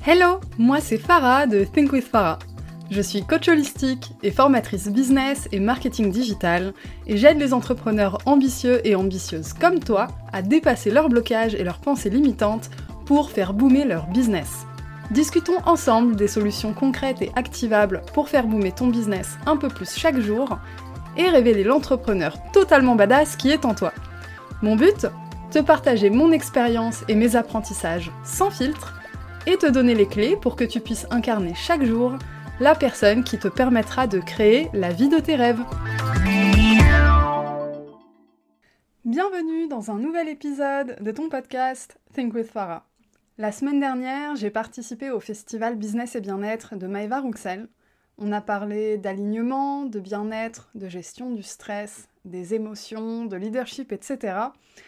Hello, moi c'est Farah de Think with Farah. Je suis coach holistique et formatrice business et marketing digital et j'aide les entrepreneurs ambitieux et ambitieuses comme toi à dépasser leurs blocages et leurs pensées limitantes pour faire boomer leur business. Discutons ensemble des solutions concrètes et activables pour faire boomer ton business un peu plus chaque jour et révéler l'entrepreneur totalement badass qui est en toi. Mon but ? Te partager mon expérience et mes apprentissages sans filtre et te donner les clés pour que tu puisses incarner chaque jour la personne qui te permettra de créer la vie de tes rêves. Bienvenue dans un nouvel épisode de ton podcast Think with Farah. La semaine dernière, j'ai participé au festival Business et Bien-être de Maëva Rouxel. On a parlé d'alignement, de bien-être, de gestion du stress, des émotions, de leadership, etc.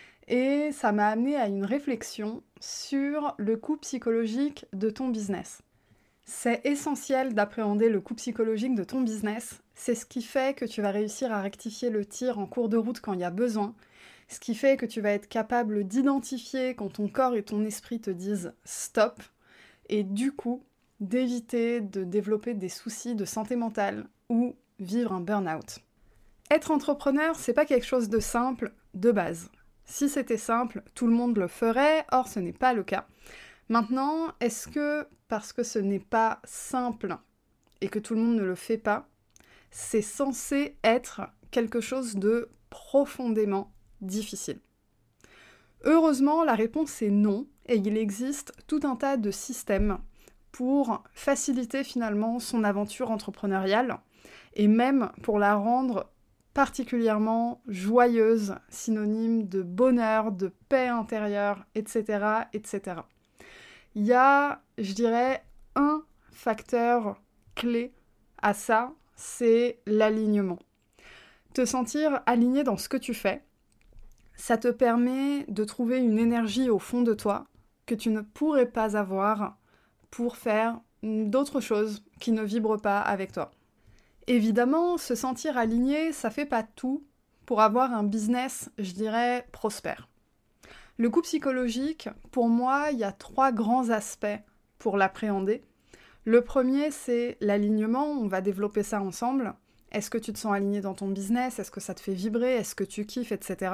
Et ça m'a amené à une réflexion sur le coût psychologique de ton business. C'est essentiel d'appréhender le coût psychologique de ton business. C'est ce qui fait que tu vas réussir à rectifier le tir en cours de route quand il y a besoin. Ce qui fait que tu vas être capable d'identifier quand ton corps et ton esprit te disent « stop » et du coup, d'éviter de développer des soucis de santé mentale ou vivre un burn-out. Être entrepreneur, c'est pas quelque chose de simple de base. Si c'était simple, tout le monde le ferait, or ce n'est pas le cas. Maintenant, est-ce que parce que ce n'est pas simple et que tout le monde ne le fait pas, c'est censé être quelque chose de profondément difficile? Heureusement, la réponse est non, et il existe tout un tas de systèmes pour faciliter finalement son aventure entrepreneuriale, et même pour la rendre particulièrement joyeuse, synonyme de bonheur, de paix intérieure, etc., etc. Il y a, je dirais, un facteur clé à ça, c'est l'alignement. Te sentir aligné dans ce que tu fais, ça te permet de trouver une énergie au fond de toi que tu ne pourrais pas avoir pour faire d'autres choses qui ne vibrent pas avec toi. Évidemment, se sentir aligné, ça fait pas tout pour avoir un business, je dirais, prospère. Le coût psychologique, pour moi, il y a 3 grands aspects pour l'appréhender. Le premier, c'est l'alignement, on va développer ça ensemble. Est-ce que tu te sens aligné dans ton business? Est-ce que ça te fait vibrer? Est-ce que tu kiffes, etc.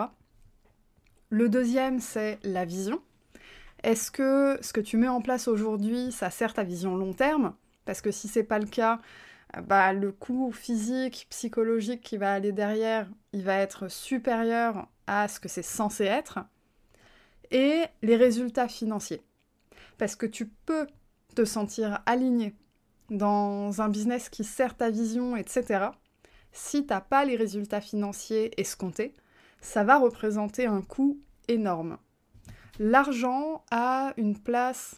Le deuxième, c'est la vision. Est-ce que ce que tu mets en place aujourd'hui, ça sert ta vision long terme? Parce que si c'est pas le cas, le coût physique, psychologique qui va aller derrière, il va être supérieur à ce que c'est censé être. Et les résultats financiers. Parce que tu peux te sentir aligné dans un business qui sert ta vision, etc. Si tu n'as pas les résultats financiers escomptés, ça va représenter un coût énorme. L'argent a une place,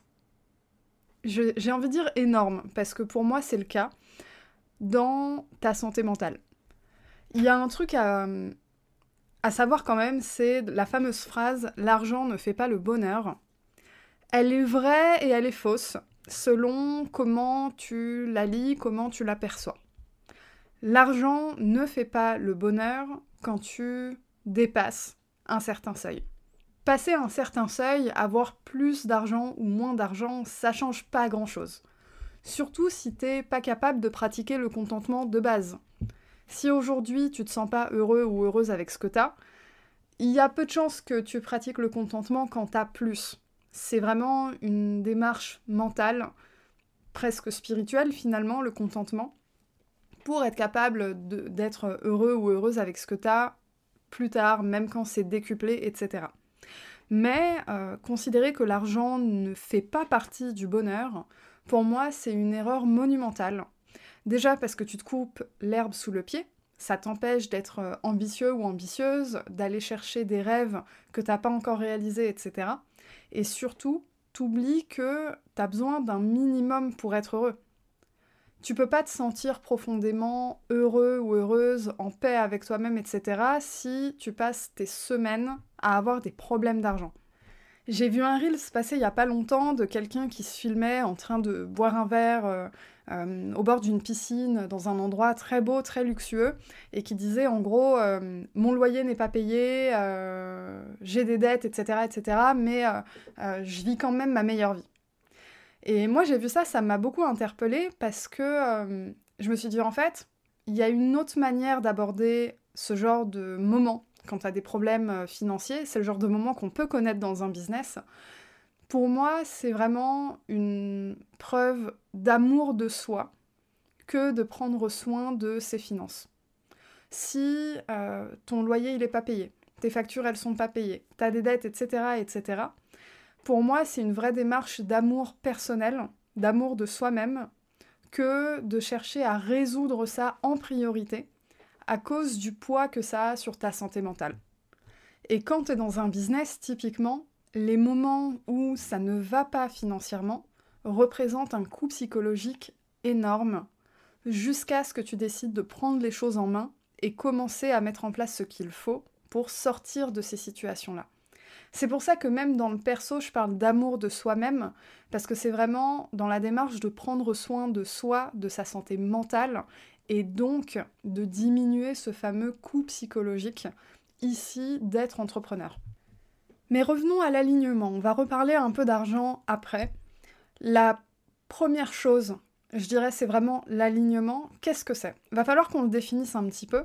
j'ai envie de dire énorme, parce que pour moi c'est le cas, dans ta santé mentale. Il y a un truc à savoir quand même, c'est la fameuse phrase « l'argent ne fait pas le bonheur ». Elle est vraie et elle est fausse, selon comment tu la lis, comment tu l'aperçois. L'argent ne fait pas le bonheur quand tu dépasses un certain seuil. Passer un certain seuil, avoir plus d'argent ou moins d'argent, ça change pas grand-chose. Surtout si t'es pas capable de pratiquer le contentement de base. Si aujourd'hui tu te sens pas heureux ou heureuse avec ce que t'as, il y a peu de chances que tu pratiques le contentement quand t'as plus. C'est vraiment une démarche mentale, presque spirituelle finalement, le contentement, pour être capable d'être heureux ou heureuse avec ce que t'as plus tard, même quand c'est décuplé, etc. Mais considérer que l'argent ne fait pas partie du bonheur, pour moi, c'est une erreur monumentale. Déjà parce que tu te coupes l'herbe sous le pied, ça t'empêche d'être ambitieux ou ambitieuse, d'aller chercher des rêves que t'as pas encore réalisés, etc. Et surtout, t'oublies que t'as besoin d'un minimum pour être heureux. Tu peux pas te sentir profondément heureux ou heureuse, en paix avec toi-même, etc. si tu passes tes semaines à avoir des problèmes d'argent. J'ai vu un Reels passer il y a pas longtemps de quelqu'un qui se filmait en train de boire un verre au bord d'une piscine dans un endroit très beau, très luxueux, et qui disait en gros mon loyer n'est pas payé, j'ai des dettes, etc., etc., mais je vis quand même ma meilleure vie. Et moi, j'ai vu ça, ça m'a beaucoup interpellée parce que je me suis dit, en fait, il y a une autre manière d'aborder ce genre de moment quand tu as des problèmes financiers. C'est le genre de moment qu'on peut connaître dans un business. Pour moi, c'est vraiment une preuve d'amour de soi que de prendre soin de ses finances. Si ton loyer, il n'est pas payé, tes factures, elles sont pas payées, tu as des dettes, etc., etc., pour moi, c'est une vraie démarche d'amour personnel, d'amour de soi-même, que de chercher à résoudre ça en priorité à cause du poids que ça a sur ta santé mentale. Et quand tu es dans un business, typiquement, les moments où ça ne va pas financièrement représentent un coût psychologique énorme jusqu'à ce que tu décides de prendre les choses en main et commencer à mettre en place ce qu'il faut pour sortir de ces situations-là. C'est pour ça que même dans le perso, je parle d'amour de soi-même, parce que c'est vraiment dans la démarche de prendre soin de soi, de sa santé mentale, et donc de diminuer ce fameux coût psychologique, ici, d'être entrepreneur. Mais revenons à l'alignement, on va reparler un peu d'argent après. La première chose, je dirais, c'est vraiment l'alignement. Qu'est-ce que c'est ? Va falloir qu'on le définisse un petit peu.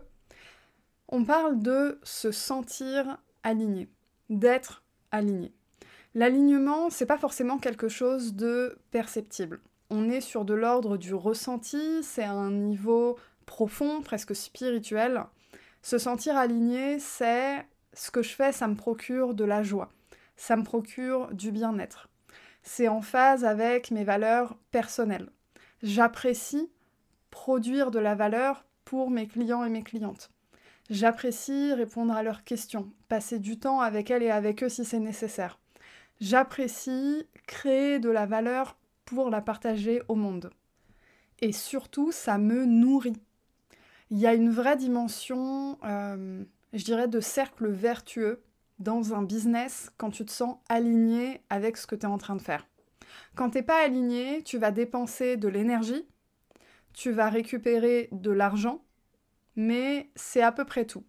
On parle de se sentir aligné, d'être aligné. L'alignement, c'est pas forcément quelque chose de perceptible. On est sur de l'ordre du ressenti, c'est à un niveau profond, presque spirituel. Se sentir aligné, c'est ce que je fais, ça me procure de la joie, ça me procure du bien-être. C'est en phase avec mes valeurs personnelles. J'apprécie produire de la valeur pour mes clients et mes clientes. J'apprécie répondre à leurs questions, passer du temps avec elles et avec eux si c'est nécessaire. J'apprécie créer de la valeur pour la partager au monde. Et surtout, ça me nourrit. Il y a une vraie dimension, je dirais, de cercle vertueux dans un business quand tu te sens aligné avec ce que tu es en train de faire. Quand tu n'es pas aligné, tu vas dépenser de l'énergie, tu vas récupérer de l'argent, mais c'est à peu près tout.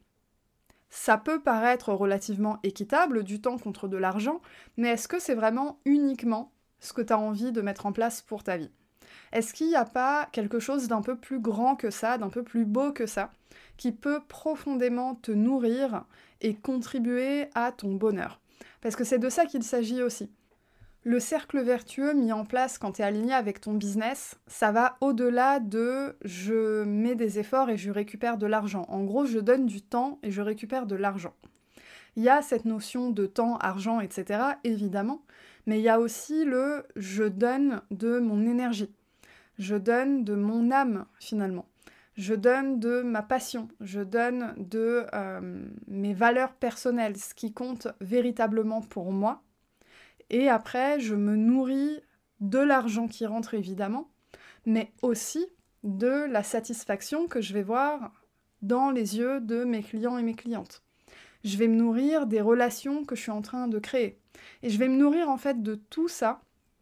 Ça peut paraître relativement équitable, du temps contre de l'argent, mais est-ce que c'est vraiment uniquement ce que tu as envie de mettre en place pour ta vie ? Est-ce qu'il n'y a pas quelque chose d'un peu plus grand que ça, d'un peu plus beau que ça, qui peut profondément te nourrir et contribuer à ton bonheur ? Parce que c'est de ça qu'il s'agit aussi. Le cercle vertueux mis en place quand tu es aligné avec ton business, ça va au-delà de « je mets des efforts et je récupère de l'argent ». En gros, je donne du temps et je récupère de l'argent. Il y a cette notion de temps, argent, etc., évidemment, mais il y a aussi le « je donne de mon énergie ». Je donne de mon âme, finalement. Je donne de ma passion. Je donne de mes valeurs personnelles, ce qui compte véritablement pour moi. Et après, je me nourris de l'argent qui rentre, évidemment, mais aussi de la satisfaction que je vais voir dans les yeux de mes clients et mes clientes. Je vais me nourrir des relations que je suis en train de créer. Et je vais me nourrir, en fait, de tout ça.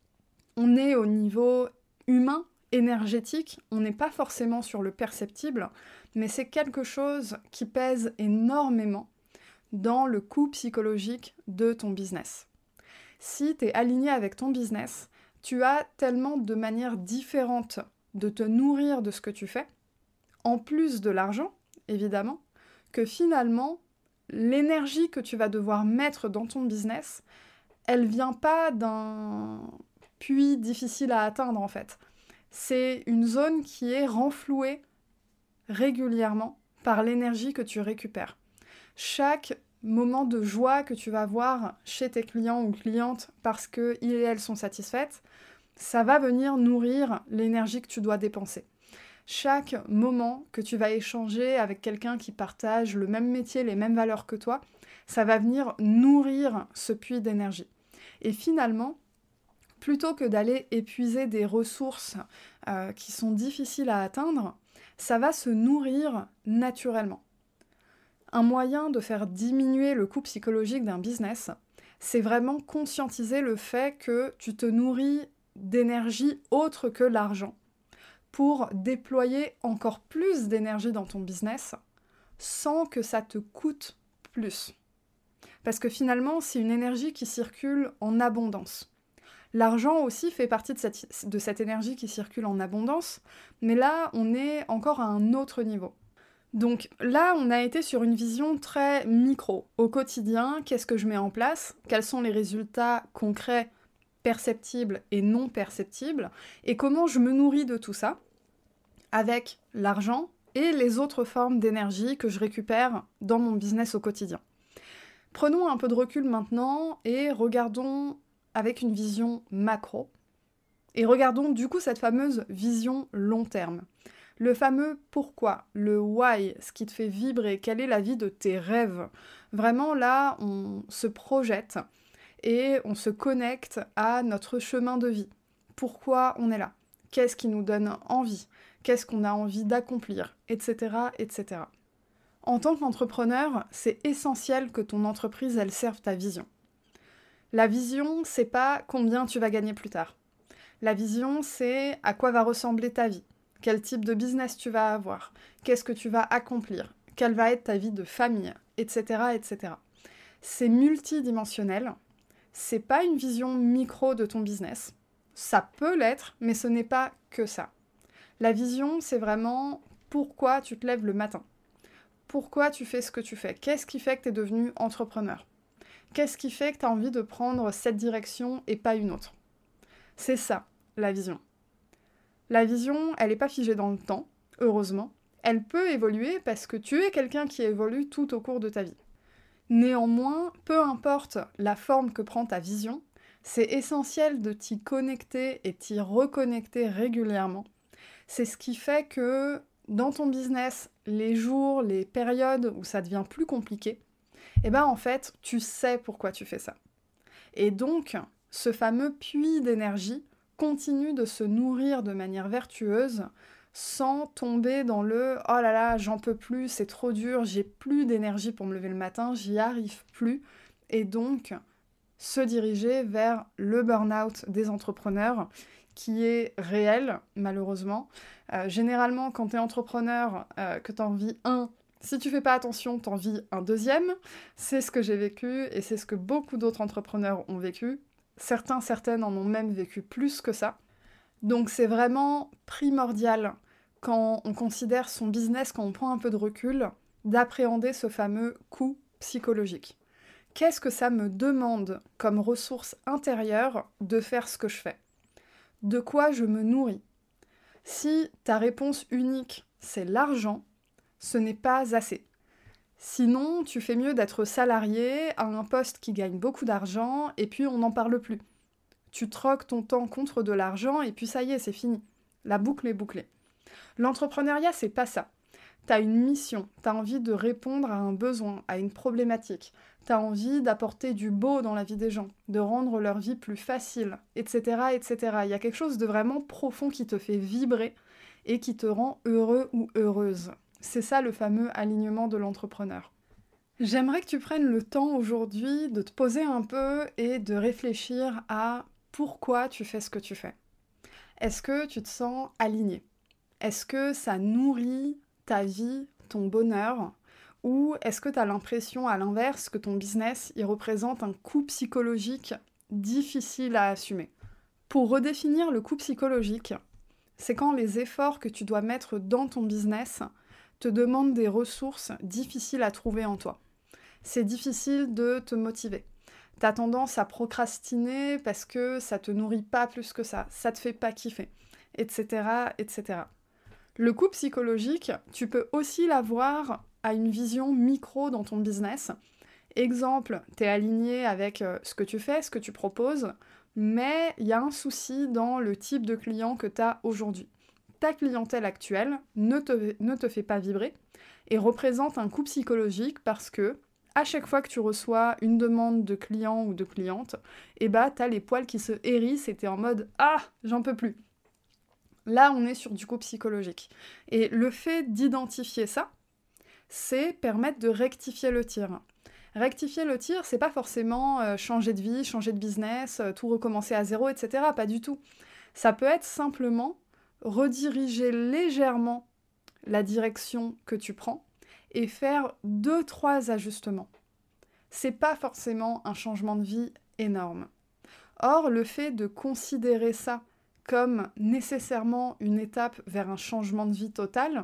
On est au niveau humain, énergétique, on n'est pas forcément sur le perceptible, mais c'est quelque chose qui pèse énormément dans le coût psychologique de ton business. Si tu es aligné avec ton business, tu as tellement de manières différentes de te nourrir de ce que tu fais, en plus de l'argent, évidemment, que finalement, l'énergie que tu vas devoir mettre dans ton business, elle vient pas d'un puits difficile à atteindre en fait. C'est une zone qui est renflouée régulièrement par l'énergie que tu récupères. Chaque moment de joie que tu vas voir chez tes clients ou clientes parce qu'ils et elles sont satisfaites, ça va venir nourrir l'énergie que tu dois dépenser. Chaque moment que tu vas échanger avec quelqu'un qui partage le même métier, les mêmes valeurs que toi, ça va venir nourrir ce puits d'énergie. Et finalement, plutôt que d'aller épuiser des ressources qui sont difficiles à atteindre, ça va se nourrir naturellement. Un moyen de faire diminuer le coût psychologique d'un business, c'est vraiment conscientiser le fait que tu te nourris d'énergie autre que l'argent pour déployer encore plus d'énergie dans ton business sans que ça te coûte plus. Parce que finalement, c'est une énergie qui circule en abondance. L'argent aussi fait partie de cette énergie qui circule en abondance, mais là, on est encore à un autre niveau. Donc là, on a été sur une vision très micro. Au quotidien, qu'est-ce que je mets en place? Quels sont les résultats concrets, perceptibles et non perceptibles? Et comment je me nourris de tout ça avec l'argent et les autres formes d'énergie que je récupère dans mon business au quotidien. Prenons un peu de recul maintenant et regardons avec une vision macro. Et regardons du coup cette fameuse vision long terme. Le fameux pourquoi, le why, ce qui te fait vibrer, quelle est la vie de tes rêves. Vraiment là, on se projette et on se connecte à notre chemin de vie. Pourquoi on est là? Qu'est-ce qui nous donne envie? Qu'est-ce qu'on a envie d'accomplir? Etc., etc. En tant qu'entrepreneur, c'est essentiel que ton entreprise, elle serve ta vision. La vision, c'est pas combien tu vas gagner plus tard. La vision, c'est à quoi va ressembler ta vie. Quel type de business tu vas avoir, qu'est-ce que tu vas accomplir, quelle va être ta vie de famille, etc., etc. C'est multidimensionnel, c'est pas une vision micro de ton business. Ça peut l'être, mais ce n'est pas que ça. La vision, c'est vraiment pourquoi tu te lèves le matin. Pourquoi tu fais ce que tu fais? Qu'est-ce qui fait que tu es devenu entrepreneur? Qu'est-ce qui fait que tu as envie de prendre cette direction et pas une autre? C'est ça, la vision. La vision, elle n'est pas figée dans le temps, heureusement. Elle peut évoluer parce que tu es quelqu'un qui évolue tout au cours de ta vie. Néanmoins, peu importe la forme que prend ta vision, c'est essentiel de t'y connecter et t'y reconnecter régulièrement. C'est ce qui fait que dans ton business, les jours, les périodes où ça devient plus compliqué, en fait, tu sais pourquoi tu fais ça. Et donc, ce fameux puits d'énergie continue de se nourrir de manière vertueuse sans tomber dans le « oh là là, j'en peux plus, c'est trop dur, j'ai plus d'énergie pour me lever le matin, j'y arrive plus » et donc se diriger vers le burn-out des entrepreneurs qui est réel, malheureusement. Généralement, quand tu es entrepreneur, que tu en vis un, si tu fais pas attention, tu en vis un deuxième. C'est ce que j'ai vécu et c'est ce que beaucoup d'autres entrepreneurs ont vécu. Certaines en ont même vécu plus que ça. Donc c'est vraiment primordial, quand on considère son business, quand on prend un peu de recul, d'appréhender ce fameux coût psychologique. Qu'est-ce que ça me demande comme ressource intérieure de faire ce que je fais? De quoi je me nourris? Si ta réponse unique, c'est l'argent, ce n'est pas assez. Sinon, tu fais mieux d'être salarié à un poste qui gagne beaucoup d'argent et puis on n'en parle plus. Tu troques ton temps contre de l'argent et puis ça y est, c'est fini. La boucle est bouclée. L'entrepreneuriat, c'est pas ça. T'as une mission, t'as envie de répondre à un besoin, à une problématique. T'as envie d'apporter du beau dans la vie des gens, de rendre leur vie plus facile, etc., etc. Il y a quelque chose de vraiment profond qui te fait vibrer et qui te rend heureux ou heureuse. C'est ça le fameux alignement de l'entrepreneur. J'aimerais que tu prennes le temps aujourd'hui de te poser un peu et de réfléchir à pourquoi tu fais ce que tu fais. Est-ce que tu te sens aligné? Est-ce que ça nourrit ta vie, ton bonheur? Ou est-ce que tu as l'impression, à l'inverse, que ton business, il représente un coût psychologique difficile à assumer? Pour redéfinir le coût psychologique, c'est quand les efforts que tu dois mettre dans ton business te demandent des ressources difficiles à trouver en toi. C'est difficile de te motiver. T'as tendance à procrastiner parce que ça te nourrit pas plus que ça te fait pas kiffer, etc., etc. Le coût psychologique, tu peux aussi l'avoir à une vision micro dans ton business. Exemple, t'es aligné avec ce que tu fais, ce que tu proposes, mais il y a un souci dans le type de client que tu as aujourd'hui. Ta clientèle actuelle ne te fait pas vibrer et représente un coût psychologique parce que à chaque fois que tu reçois une demande de client ou de cliente, t'as les poils qui se hérissent et t'es en mode « Ah, j'en peux plus ». Là, on est sur du coût psychologique. Et le fait d'identifier ça, c'est permettre de rectifier le tir. Rectifier le tir, c'est pas forcément changer de vie, changer de business, tout recommencer à zéro, etc. Pas du tout. Ça peut être simplement rediriger légèrement la direction que tu prends et faire 2-3 ajustements. C'est pas forcément un changement de vie énorme. Or, le fait de considérer ça comme nécessairement une étape vers un changement de vie total,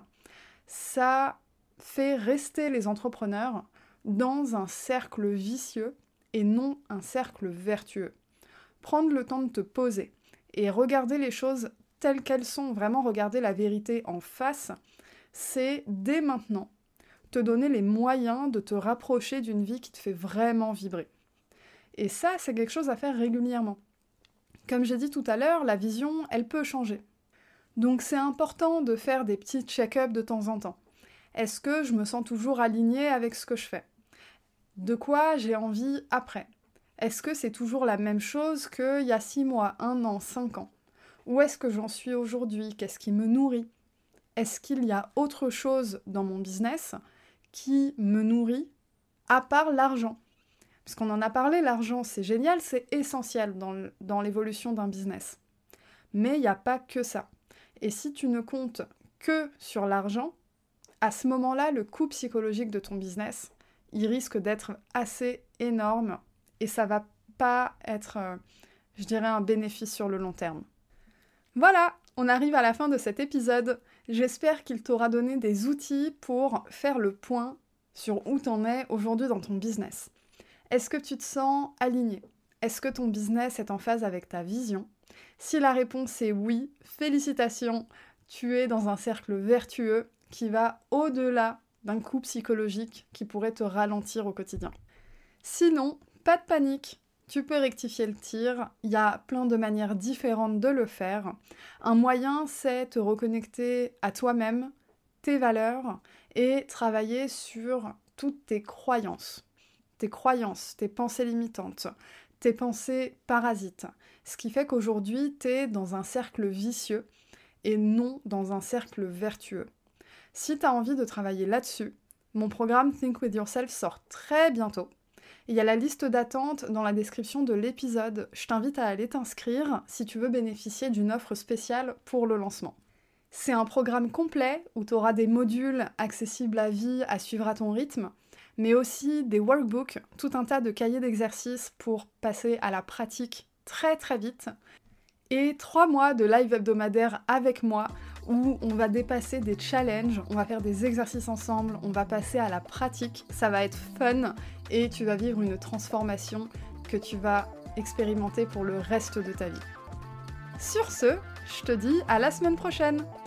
ça fait rester les entrepreneurs dans un cercle vicieux et non un cercle vertueux. Prendre le temps de te poser et regarder les choses telles qu'elles sont, vraiment regarder la vérité en face, c'est dès maintenant te donner les moyens de te rapprocher d'une vie qui te fait vraiment vibrer. Et ça, c'est quelque chose à faire régulièrement. Comme j'ai dit tout à l'heure, la vision, elle peut changer. Donc c'est important de faire des petits check-ups de temps en temps. Est-ce que je me sens toujours alignée avec ce que je fais ? De quoi j'ai envie après ? Est-ce que c'est toujours la même chose qu'il y a 6 mois, 1 an, 5 ans ? Où est-ce que j'en suis aujourd'hui ? Qu'est-ce qui me nourrit ? Est-ce qu'il y a autre chose dans mon business qui me nourrit à part l'argent ? Parce qu'on en a parlé, l'argent c'est génial, c'est essentiel dans l'évolution d'un business. Mais il n'y a pas que ça. Et si tu ne comptes que sur l'argent, à ce moment-là, le coût psychologique de ton business, il risque d'être assez énorme et ça va pas être, je dirais, un bénéfice sur le long terme. Voilà, on arrive à la fin de cet épisode. J'espère qu'il t'aura donné des outils pour faire le point sur où t'en es aujourd'hui dans ton business. Est-ce que tu te sens aligné ? Est-ce que ton business est en phase avec ta vision ? Si la réponse est oui, félicitations, tu es dans un cercle vertueux qui va au-delà d'un coup psychologique qui pourrait te ralentir au quotidien. Sinon, pas de panique, tu peux rectifier le tir, il y a plein de manières différentes de le faire. Un moyen, c'est te reconnecter à toi-même, tes valeurs, et travailler sur toutes tes croyances, tes pensées limitantes, tes pensées parasites. Ce qui fait qu'aujourd'hui, tu es dans un cercle vicieux et non dans un cercle vertueux. Si tu as envie de travailler là-dessus, mon programme Think With Yourself sort très bientôt. Il y a la liste d'attente dans la description de l'épisode. Je t'invite à aller t'inscrire si tu veux bénéficier d'une offre spéciale pour le lancement. C'est un programme complet où tu auras des modules accessibles à vie à suivre à ton rythme, mais aussi des workbooks, tout un tas de cahiers d'exercices pour passer à la pratique très très vite, et 3 mois de live hebdomadaire avec moi où on va dépasser des challenges, on va faire des exercices ensemble, on va passer à la pratique, ça va être fun et tu vas vivre une transformation que tu vas expérimenter pour le reste de ta vie. Sur ce, je te dis à la semaine prochaine!